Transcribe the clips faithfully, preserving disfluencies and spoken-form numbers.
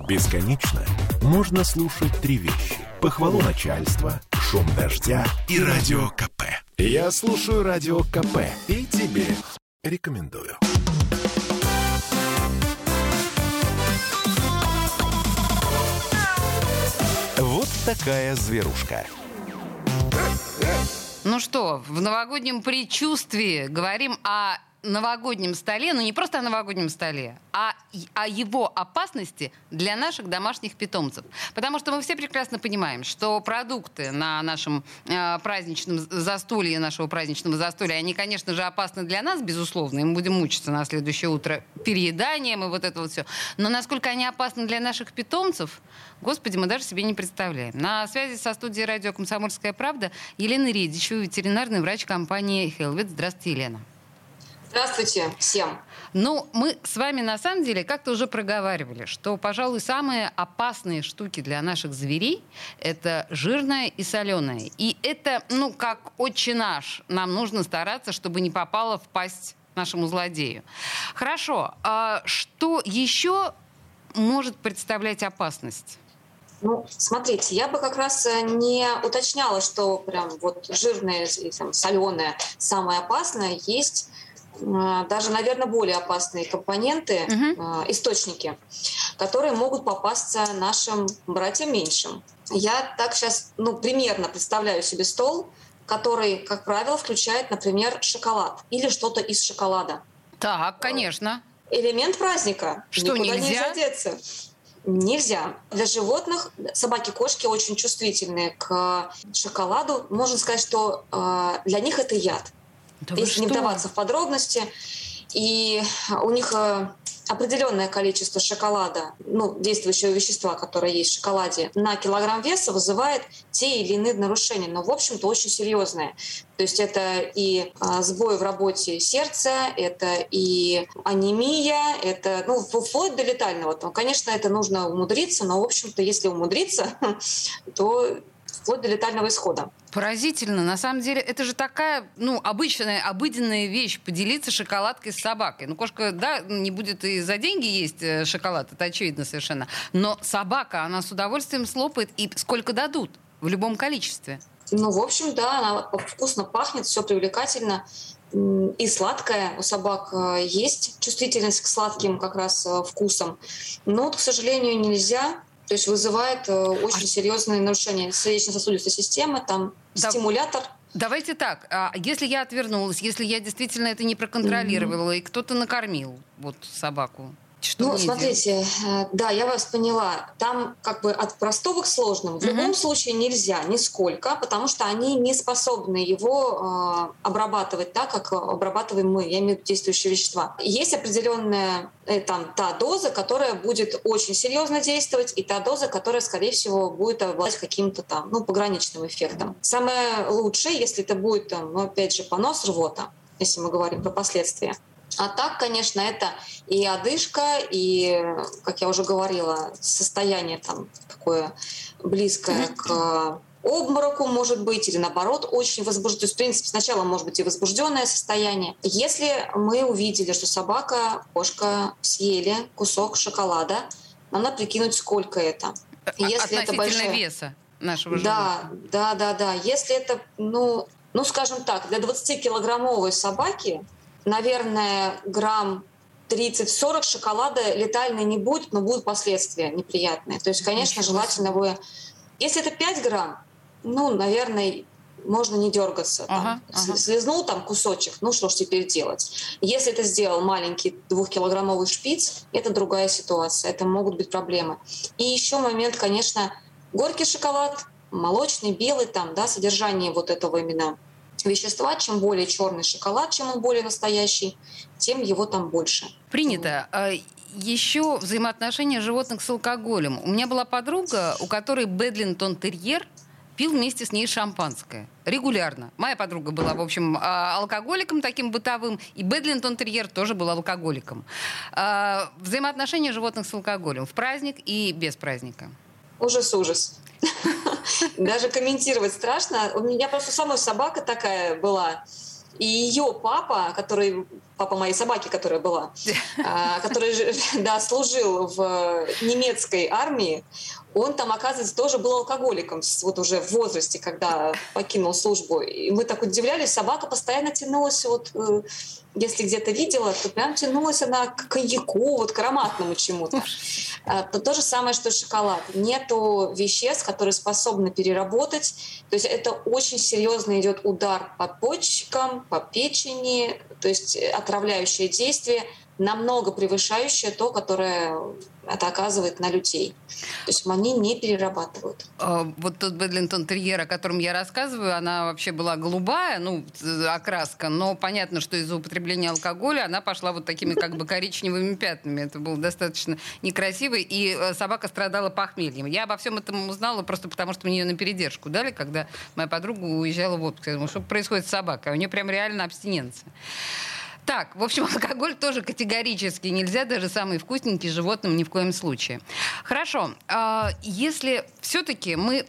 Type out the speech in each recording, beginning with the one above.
Бесконечно можно слушать три вещи: похвалу начальства, шум дождя и радио КП. Я слушаю радио КП и тебе рекомендую. Вот такая зверушка. Ну что, в новогоднем предчувствии говорим о новогоднем столе, но не просто о новогоднем столе, а о его опасности для наших домашних питомцев. Потому что мы все прекрасно понимаем, что продукты на нашем э, праздничном застолье, нашего праздничного застолья, они, конечно же, опасны для нас, безусловно, и мы будем мучиться на следующее утро перееданием и вот это вот все. Но насколько они опасны для наших питомцев, господи, мы даже себе не представляем. На связи со студией радио «Комсомольская правда» Елена Редичева, ветеринарный врач компании «Хелвет». Здравствуйте, Елена. Здравствуйте всем. Ну, мы с вами, на самом деле, как-то уже проговаривали, что, пожалуй, самые опасные штуки для наших зверей — это жирное и соленое. И это, ну, как отче наш, нам нужно стараться, чтобы не попало в пасть нашему злодею. Хорошо. А что еще может представлять опасность? Ну, смотрите, я бы как раз не уточняла, что прям вот жирное и там, соленое самое опасное. Есть даже, наверное, более опасные компоненты, uh-huh. источники, которые могут попасться нашим братьям меньшим. Я так сейчас, ну, примерно представляю себе стол, который, как правило, включает, например, шоколад или что-то из шоколада. Так, конечно. Элемент праздника. Что, никуда нельзя? нельзя деться. Нельзя. Для животных собаки, кошки очень чувствительны к шоколаду. Можно сказать, что э, для них это яд. Да если не вдаваться в подробности. И у них определенное количество шоколада, ну, действующего вещества, которое есть в шоколаде, на килограмм веса вызывает те или иные нарушения, но, в общем-то, очень серьезные. То есть это и сбой в работе сердца, это и анемия, это, ну, вплоть до летального. Конечно, это нужно умудриться, но, в общем-то, если умудриться, то вплоть до летального исхода. Поразительно. На самом деле, это же такая, ну, обычная, обыденная вещь — поделиться шоколадкой с собакой. Ну, кошка, да, не будет и за деньги есть шоколад, это очевидно совершенно. Но собака, она с удовольствием слопает, и сколько дадут, в любом количестве. Ну, в общем, да, она вкусно пахнет, все привлекательно. И сладкое. У собак есть чувствительность к сладким как раз вкусам. Но, к сожалению, нельзя. То есть вызывает э, очень а... серьезные нарушения сердечно-сосудистой системы, там да. стимулятор. Давайте так, а если я отвернулась, если я действительно это не проконтролировала, mm-hmm. и кто-то накормил вот собаку, что ну, смотрите, делать? Да, я вас поняла. Там как бы от простого к сложному. В mm-hmm. любом случае нельзя нисколько, потому что они не способны его э, обрабатывать так, как обрабатываем мы, я имею в виду действующие вещества. Есть определенная э, там, та доза, которая будет очень серьезно действовать, и та доза, которая, скорее всего, будет обладать каким-то там, ну, пограничным эффектом. Самое лучшее, если это будет, там, ну, опять же, понос, рвота, если мы говорим про последствия. А так, конечно, это и одышка, и, как я уже говорила, состояние там такое близкое к обмороку, может быть, или наоборот, очень возбужденное. То есть, в принципе, сначала может быть и возбужденное состояние. Если мы увидели, что собака, кошка съели кусок шоколада, надо прикинуть, сколько это. Если относительно это большое... веса нашего животного. Да, да, да, да. Если это, ну, ну, скажем так, для двадцатикилограммовой собаки, наверное, грамм тридцать-сорок шоколада летальной не будет, но будут последствия неприятные. То есть, конечно, Ничего желательно вы... Если это пять грамм, ну, наверное, можно не дергаться. Ага, там, ага. Слизнул там кусочек, ну что ж теперь делать? Если это сделал маленький двухкилограммовый шпиц, это другая ситуация, это могут быть проблемы. И еще момент, конечно, горький шоколад, молочный, белый, там, да, содержание вот этого именно вещества. Чем более черный шоколад, чем он более настоящий, тем его там больше. Принято. Еще взаимоотношения животных с алкоголем. У меня была подруга, у которой Бедлингтон-терьер пил вместе с ней шампанское. Регулярно. Моя подруга была, в общем, алкоголиком таким бытовым, и Бедлингтон-терьер тоже был алкоголиком. Взаимоотношения животных с алкоголем в праздник и без праздника. Ужас-ужас. Даже комментировать страшно. У меня просто самой собака такая была. И ее папа, который, папа моей собаки, которая была, который, да, служил в немецкой армии, он там, оказывается, тоже был алкоголиком, вот уже в возрасте, когда покинул службу. И мы так удивлялись, собака постоянно тянулась, вот, если где-то видела, то прям тянулась она к коньяку, вот к ароматному чему-то. То, то же самое, что шоколад. Нету веществ, которые способны переработать. То есть это очень серьезно идет удар по почкам, по печени, то есть отравляющее действие, намного превышающее то, которое это оказывает на людей. То есть они не перерабатывают. Вот тот Бедлингтон-терьер, о котором я рассказываю, она вообще была голубая, ну, окраска, но понятно, что из-за употребления алкоголя она пошла вот такими как бы коричневыми пятнами. Это было достаточно некрасиво, и собака страдала похмельем. Я обо всем этом узнала просто потому, что мне ее на передержку дали, когда моя подруга уезжала в отпуск. Я думала, что происходит с собакой? У нее прям реально абстиненция. Так, в общем, алкоголь тоже категорически нельзя, даже самый вкусненький, животным ни в коем случае. Хорошо, если все-таки мы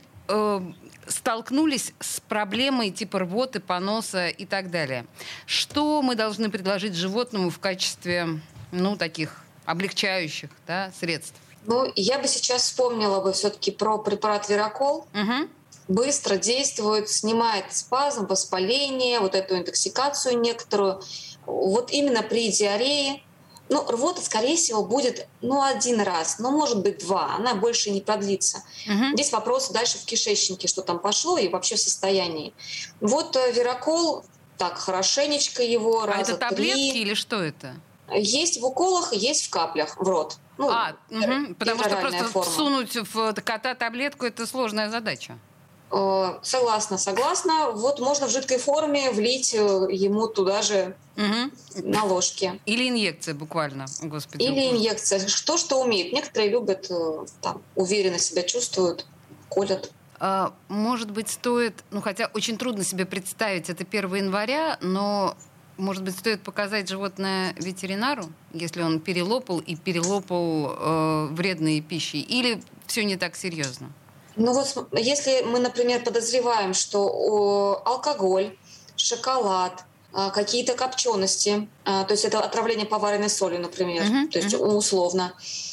столкнулись с проблемой типа рвоты, поноса и так далее, что мы должны предложить животному в качестве, ну, таких облегчающих, да, средств? Ну, я бы сейчас вспомнила бы все-таки про препарат Виракол. Угу. Быстро действует, снимает спазм, воспаление, вот эту интоксикацию некоторую. Вот именно при диарее, ну, рвота, скорее всего, будет, ну, один раз, ну, может быть, два, она больше не продлится. Uh-huh. Здесь вопросы дальше в кишечнике, что там пошло и вообще в состоянии. Вот Виракол, так, хорошенечко его, а раза это таблетки три. Или что это? Есть в уколах, есть в каплях, в рот. Ну, а, угу. Потому что просто форма. всунуть в кота таблетку – это сложная задача. Согласна, согласна. Вот можно в жидкой форме влить ему туда же угу. на ложке. Или инъекция буквально, господи. Или инъекция. Что, что умеют. Некоторые любят, там, уверенно себя чувствуют, колят. А, может быть, стоит, ну хотя очень трудно себе представить, это первого января, но, может быть, стоит показать животное ветеринару, если он перелопал и перелопал э, вредные пищи, или все не так серьезно? Ну вот, если мы, например, подозреваем, что о, алкоголь, шоколад, а, какие-то копчености, а, то есть это отравление поваренной солью, например, uh-huh, то есть uh-huh. условно,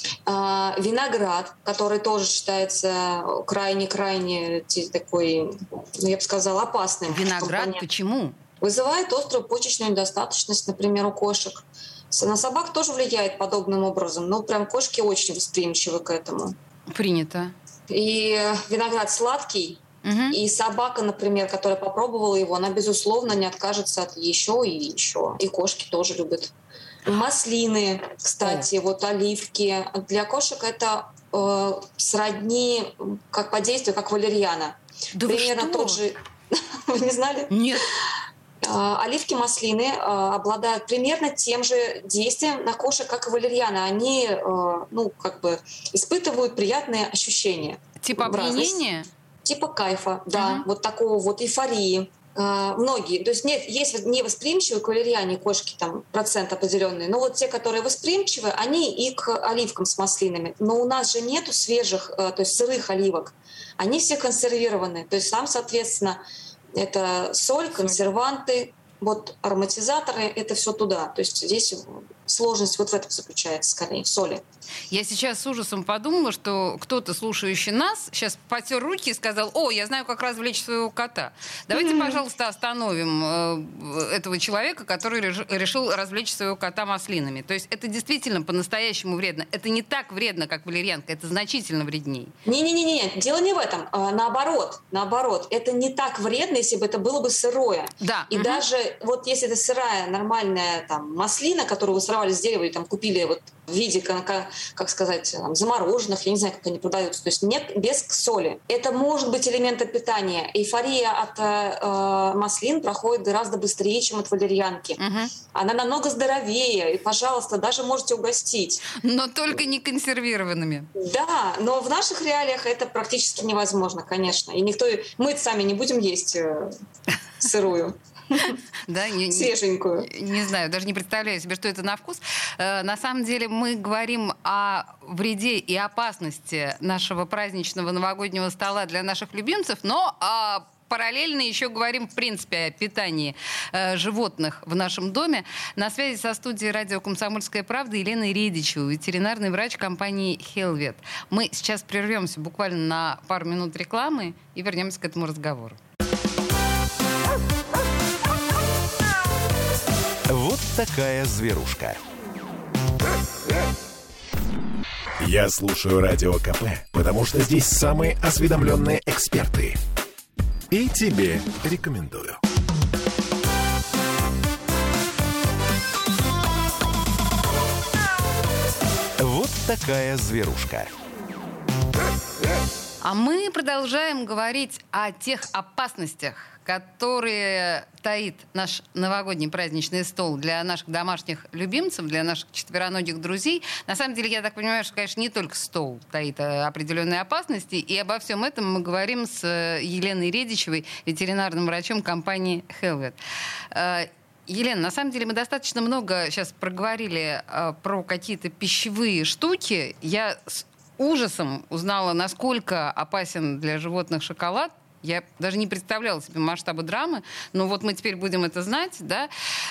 а, виноград, который тоже считается крайне-крайне такой, ну, я бы сказала, опасным. Виноград компонент. Почему? Вызывает острую почечную недостаточность, например, у кошек. На собак тоже влияет подобным образом, но прям кошки очень восприимчивы к этому. Принято. И виноград сладкий, угу. и собака, например, которая попробовала его, она, безусловно, не откажется от еще и еще. И кошки тоже любят. Маслины, кстати, О. вот оливки. Для кошек это э, сродни, как по действию, как валерьяна. Да примерно тот же... Вы не знали? Нет. Оливки, маслины э, обладают примерно тем же действием на кошек, как и валерьяна. Они, э, ну, как бы испытывают приятные ощущения. Типа опьянения? Типа кайфа, да. Uh-huh. Вот такого вот эйфории. Э, многие. То есть нет, есть невосприимчивые к валерьяне кошки, там, процент определенный. Но вот те, которые восприимчивы, они и к оливкам с маслинами. Но у нас же нету свежих, э, то есть сырых оливок. Они все консервированы. То есть там, соответственно, это соль, консерванты, вот ароматизаторы, это все туда. То есть здесь сложность вот в этом заключается, скорее, в соли. Я сейчас с ужасом подумала, что кто-то, слушающий нас, сейчас потер руки и сказал: о, я знаю, как развлечь своего кота. Давайте, mm-hmm. пожалуйста, остановим э, этого человека, который решил развлечь своего кота маслинами. То есть это действительно по-настоящему вредно. Это не так вредно, как валерьянка, это значительно вреднее. Не-не-не, дело не в этом. А, наоборот, наоборот. Это не так вредно, если бы это было бы сырое. Да. И mm-hmm. даже вот если это сырая, нормальная там маслина, которую вы сорвали с дерева или там купили вот в виде, как, как сказать, там, замороженных, я не знаю, как они продаются, то есть нет, без соли. Это может быть элементом питания. Эйфория от э, маслин проходит гораздо быстрее, чем от валерьянки. Угу. Она намного здоровее, и, пожалуйста, даже можете угостить. Но только не консервированными. Да, но в наших реалиях это практически невозможно, конечно. И никто... Мы сами не будем есть э, сырую. Да, не, свеженькую. Не, не знаю, даже не представляю себе, что это на вкус. Э, на самом деле мы говорим о вреде и опасности нашего праздничного новогоднего стола для наших любимцев, но э, параллельно еще говорим, в принципе, о питании э, животных в нашем доме. На связи со студией радио «Комсомольская правда» Елена Редичева, ветеринарный врач компании «Хелвет». Мы сейчас прервемся буквально на пару минут рекламы и вернемся к этому разговору. Вот такая зверушка. Я слушаю Радио КП, потому что здесь самые осведомленные эксперты. И тебе рекомендую. Вот такая зверушка. А мы продолжаем говорить о тех опасностях, которые таит наш новогодний праздничный стол для наших домашних любимцев, для наших четвероногих друзей. На самом деле, я так понимаю, что, конечно, не только стол таит определенные опасности, и обо всем этом мы говорим с Еленой Редичевой, ветеринарным врачом компании «Хелвет». Елена, на самом деле мы достаточно много сейчас проговорили э, про какие-то пищевые штуки. Я с ужасом узнала, насколько опасен для животных шоколад. Я даже не представляла себе масштабы драмы, но вот мы теперь будем это знать, да.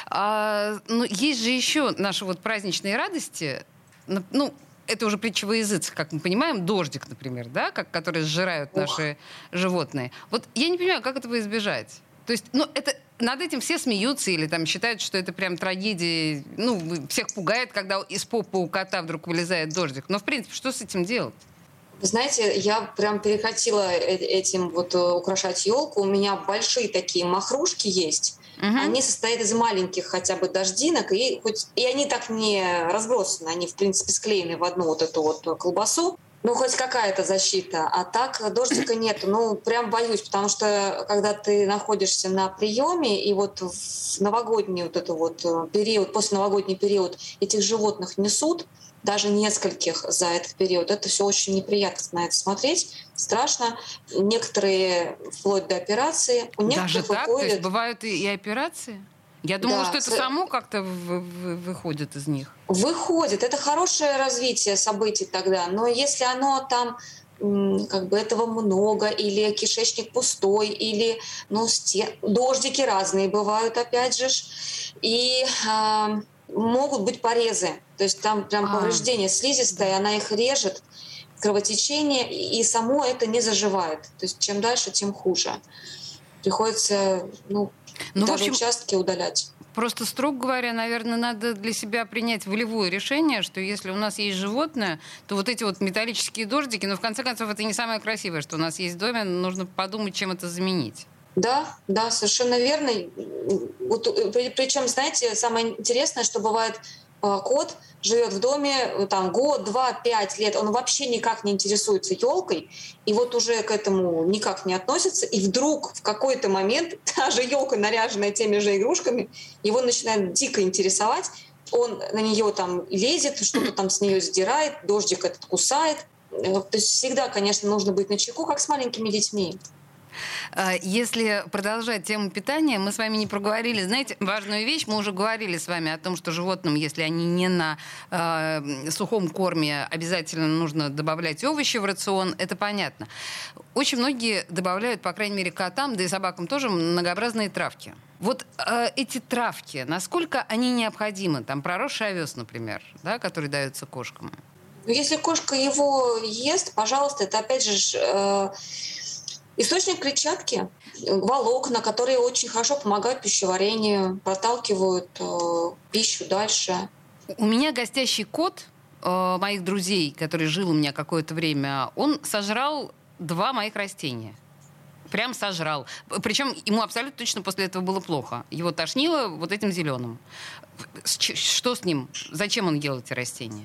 А, но есть же еще наши вот праздничные радости. Ну, это уже притча во языцах, как мы понимаем, дождик, например, да, как, которые сжирают наши Ох. животные. Вот я не понимаю, как этого избежать. То есть, ну, это над этим все смеются или там считают, что это прям трагедия. Ну, всех пугает, когда из попы у кота вдруг вылезает дождик. Но, в принципе, что с этим делать? Вы знаете, я прям перехотела этим вот украшать елку. У меня большие такие махрушки есть. Угу. Они состоят из маленьких хотя бы дождинок, и, хоть, и они так не разбросаны, они, в принципе, склеены в одну вот эту вот колбасу. Ну, хоть какая-то защита. А так дождика нету. Ну, прям боюсь, потому что когда ты находишься на приеме, и вот в новогодний вот этот вот период, после новогодний период этих животных несут, даже нескольких за этот период, это все очень неприятно на это смотреть. Страшно. Некоторые вплоть до операции. У даже так? Выходят... То есть бывают и, и операции? Я думала, да, что это с... само как-то в- в- выходит из них. Выходит. Это хорошее развитие событий тогда. Но если оно там, как бы этого много, или кишечник пустой, или ну, стен... дождики разные бывают, опять же. И э, могут быть порезы. То есть там прям а. повреждение слизистой, она их режет, кровотечение, и само это не заживает. То есть чем дальше, тем хуже. Приходится... Ну, Ну, даже в общем, участки удалять. Просто, строго говоря, наверное, надо для себя принять волевое решение, что если у нас есть животное, то вот эти вот металлические дождики, ну, в конце концов, это не самое красивое, что у нас есть в доме, нужно подумать, чем это заменить. Да, да, совершенно верно. Вот, причем, знаете, самое интересное, что бывает, кот живет в доме там, год, два, пять лет, он вообще никак не интересуется елкой, и вот уже к этому никак не относится, и вдруг в какой-то момент та же елка, наряженная теми же игрушками, его начинает дико интересовать, он на нее там лезет, что-то там с нее сдирает, дождик этот кусает. То есть всегда, конечно, нужно быть начеку, как с маленькими детьми. Если продолжать тему питания, мы с вами не проговорили, знаете, важную вещь. Мы уже говорили с вами о том, что животным, если они не на э, сухом корме, обязательно нужно добавлять овощи в рацион. Это понятно. Очень многие добавляют, по крайней мере, котам, да и собакам тоже, многообразные травки. Вот э, эти травки, насколько они необходимы? Там проросший овес, например, да, который дается кошкам. Если кошка его ест, пожалуйста, это опять же... Э, источник клетчатки, волокна, которые очень хорошо помогают пищеварению, проталкивают э, пищу дальше. У меня гостящий кот э, моих друзей, который жил у меня какое-то время, он сожрал два моих растения. Прям сожрал. Причем ему абсолютно точно после этого было плохо. Его тошнило вот этим зеленым. Что с ним? Зачем он ел эти растения?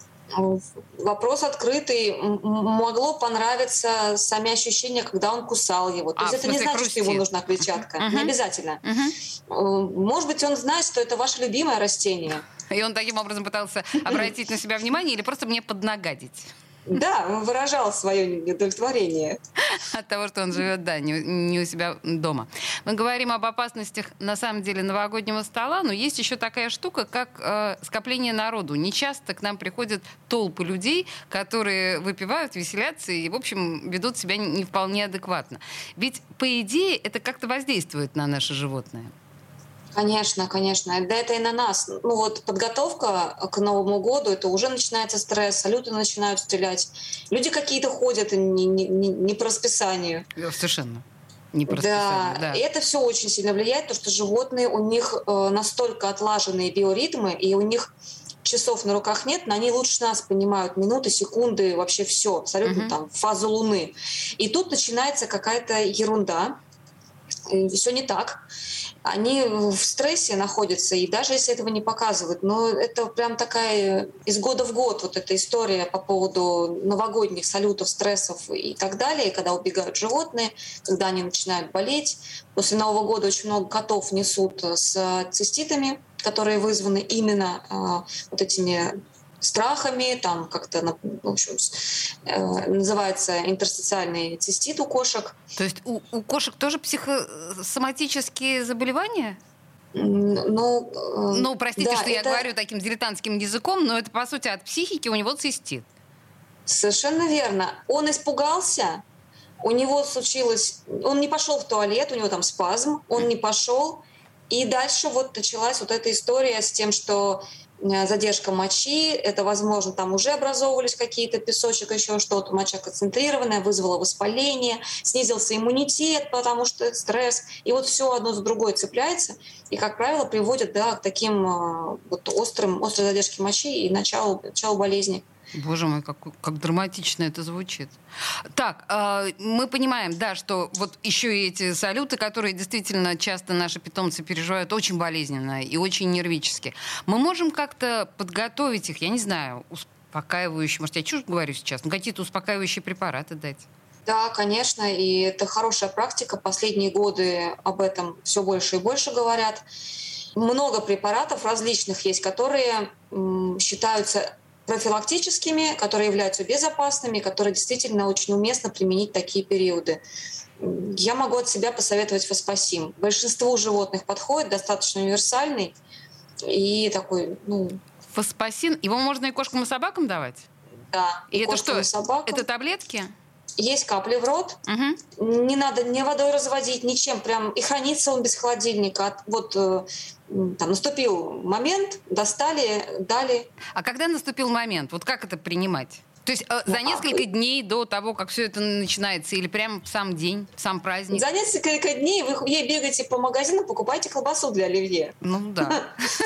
Вопрос открытый. Могло понравиться сами ощущения, когда он кусал его. То а, есть это не значит, хрустит. Что ему нужна клетчатка. Uh-huh. Не обязательно. Uh-huh. Может быть, он знает, что это ваше любимое растение. И он таким образом пытался обратить на себя внимание или просто мне поднагадить? Да, он выражал свое неудовлетворение. от того, что он живет, да, не, не у себя дома. Мы говорим об опасностях, на самом деле, новогоднего стола, но есть еще такая штука, как э, скопление народу. Нечасто к нам приходят толпы людей, которые выпивают, веселятся и, в общем, ведут себя не вполне адекватно. Ведь, по идее, это как-то воздействует на наше животное. Конечно, конечно. Да, это и на нас. Ну вот подготовка к Новому году, это уже начинается стресс, салюты начинают стрелять. Люди какие-то ходят не, не, не по расписанию. Совершенно. Не по да, да, и это все очень сильно влияет, потому что животные, у них э, настолько отлаженные биоритмы, и у них часов на руках нет, но они лучше нас понимают минуты, секунды, вообще все, абсолютно uh-huh. там фазу Луны. И тут начинается какая-то ерунда, все не так. Они в стрессе находятся, и даже если этого не показывают, но это прям такая из года в год вот эта история по поводу новогодних салютов, стрессов и так далее, когда убегают животные, когда они начинают болеть. После Нового года очень много котов несут с циститами, которые вызваны именно а, вот этими страхами, там как-то, в общем, э, называется интерстициальный цистит у кошек. То есть у, у кошек тоже психосоматические заболевания? Ну, э, ну простите, да, что это... я говорю таким дилетантским языком, но это, по сути, от психики у него цистит. Совершенно верно. Он испугался, у него случилось... Он не пошел в туалет, у него там спазм, он не пошел, и дальше вот началась вот эта история с тем, что задержка мочи, это, возможно, там уже образовывались какие-то песочек, еще что-то, моча концентрированная, вызвала воспаление, снизился иммунитет, потому что это стресс, и вот все одно за другое цепляется, и, как правило, приводит, да, к таким вот острым, острой задержке мочи и началу, началу болезни. Боже мой, как, как драматично это звучит. Так, э, мы понимаем, да, что вот еще и эти салюты, которые действительно часто наши питомцы переживают очень болезненно и очень нервически. Мы можем как-то подготовить их, я не знаю, успокаивающие, может, я чушь говорю сейчас, но какие-то успокаивающие препараты дать? Да, конечно, и это хорошая практика. Последние годы об этом все больше и больше говорят. Много препаратов различных есть, которые м, считаются профилактическими, которые являются безопасными, которые действительно очень уместно применить в такие периоды. Я могу от себя посоветовать фоспасим. Большинству животных подходит, достаточно универсальный и такой, ну... Фоспасим? Его можно и кошкам, и собакам давать? Да. И, и это что? И собакам. Это таблетки? Есть капли в рот. Угу. Не надо ни водой разводить, ничем. Прям и хранится он без холодильника. Вот там наступил момент, достали, дали. А когда наступил момент? Вот как это принимать? То есть э, за несколько дней до того, как все это начинается, или прямо в сам день, в сам праздник? За несколько дней вы ей бегаете по магазину, покупаете колбасу для оливье. Ну да.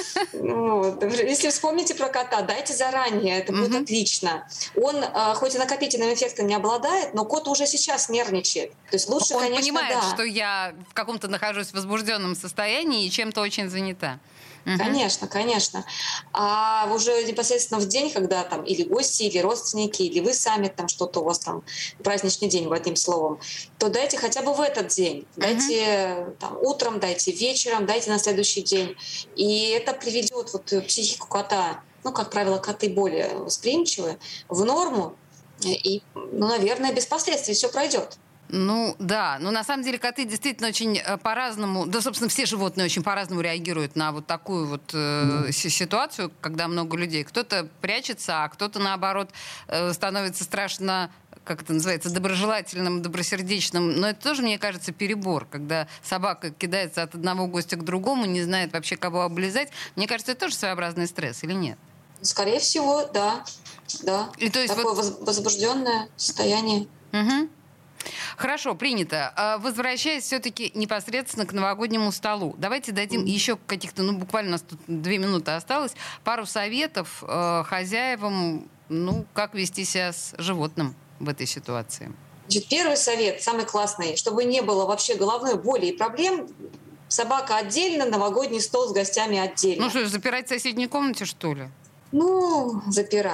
Если вспомните про кота, дайте заранее, это будет отлично. Он хоть и накопительным эффектом не обладает, но кот уже сейчас нервничает. То есть лучше, конечно, да. Он понимает, что я в каком-то нахожусь в возбужденном состоянии и чем-то очень занята. Угу. Конечно, конечно. А уже непосредственно в день, когда там или гости, или родственники, или вы сами, там что-то у вас там, праздничный день, одним словом, то дайте хотя бы в этот день. Дайте угу. там, утром, дайте вечером, дайте на следующий день. И это приведет вот психику кота, ну, как правило, коты более восприимчивы, в норму. И, ну, наверное, без последствий все пройдет. Ну, да. Но на самом деле коты действительно очень э, по-разному, да, собственно, все животные очень по-разному реагируют на вот такую вот э, mm. ситуацию, когда много людей. Кто-то прячется, а кто-то, наоборот, э, становится страшно, как это называется, доброжелательным, добросердечным. Но это тоже, мне кажется, перебор, когда собака кидается от одного гостя к другому, не знает вообще, кого облизать. Мне кажется, это тоже своеобразный стресс, или нет? Скорее всего, да. да. И, то есть, такое вот... возбужденное состояние. Угу. Хорошо, принято. Возвращаясь все-таки непосредственно к новогоднему столу, давайте дадим mm. еще каких-то, ну, буквально у нас тут две минуты осталось, пару советов э, хозяевам, ну, как вести себя с животным в этой ситуации. Значит, первый совет, самый классный, чтобы не было вообще головной боли и проблем, собака отдельно, новогодний стол с гостями отдельно. Ну что, запирать в соседней комнате, что ли? Ну, запирать.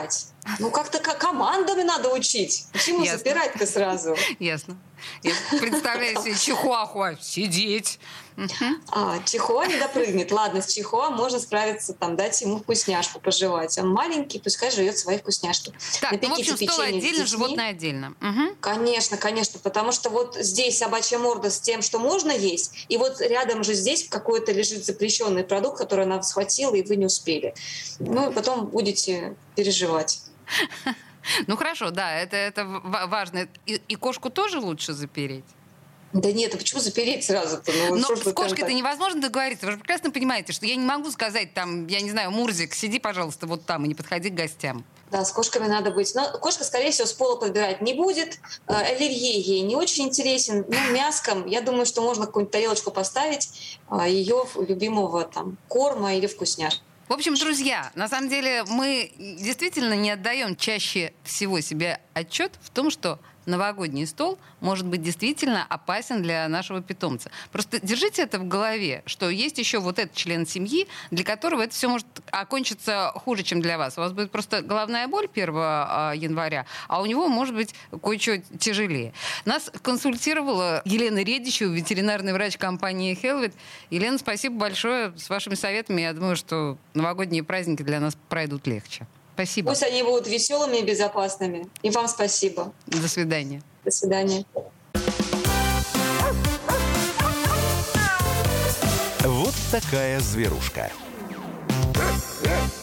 Ну, как-то командами надо учить. Почему Ясно. запирать-то сразу? Ясно. Я представляю себе чихуахуа сидеть. А, чихуа не допрыгнет. Ладно, с чихуа можно справиться, там, дать ему вкусняшку пожевать. Он маленький, пускай живет свои вкусняшки. Так, ну, в общем, стол отдельно, животное отдельно. Угу. Конечно, конечно, потому что вот здесь собачья морда с тем, что можно есть, и вот рядом же здесь какой-то лежит запрещенный продукт, который она схватила, и вы не успели. Ну, и потом будете переживать. Ну, хорошо, да, это, это важно. И, и кошку тоже лучше запереть? Да нет, а почему запереть сразу-то? Ну, но с кошкой-то невозможно договориться. Вы же прекрасно понимаете, что я не могу сказать, там, я не знаю, Мурзик, сиди, пожалуйста, вот там и не подходи к гостям. Да, с кошками надо быть. Но кошка, скорее всего, с пола подбирать не будет. Оливье ей не очень интересен. Ну, мяском, я думаю, что можно какую-нибудь тарелочку поставить ее любимого там корма или вкусняшки. В общем, друзья, на самом деле мы действительно не отдаем чаще всего себе отчет в том, что новогодний стол может быть действительно опасен для нашего питомца. Просто держите это в голове, что есть еще вот этот член семьи, для которого это все может окончиться хуже, чем для вас. У вас будет просто головная боль первого января, а у него может быть кое-что тяжелее. Нас консультировала Елена Редичева, ветеринарный врач компании Хелвет. Елена, спасибо большое. С вашими советами, я думаю, что новогодние праздники для нас пройдут легче. Спасибо. Пусть они будут веселыми и безопасными. И вам спасибо. До свидания. До свидания. Вот такая зверушка.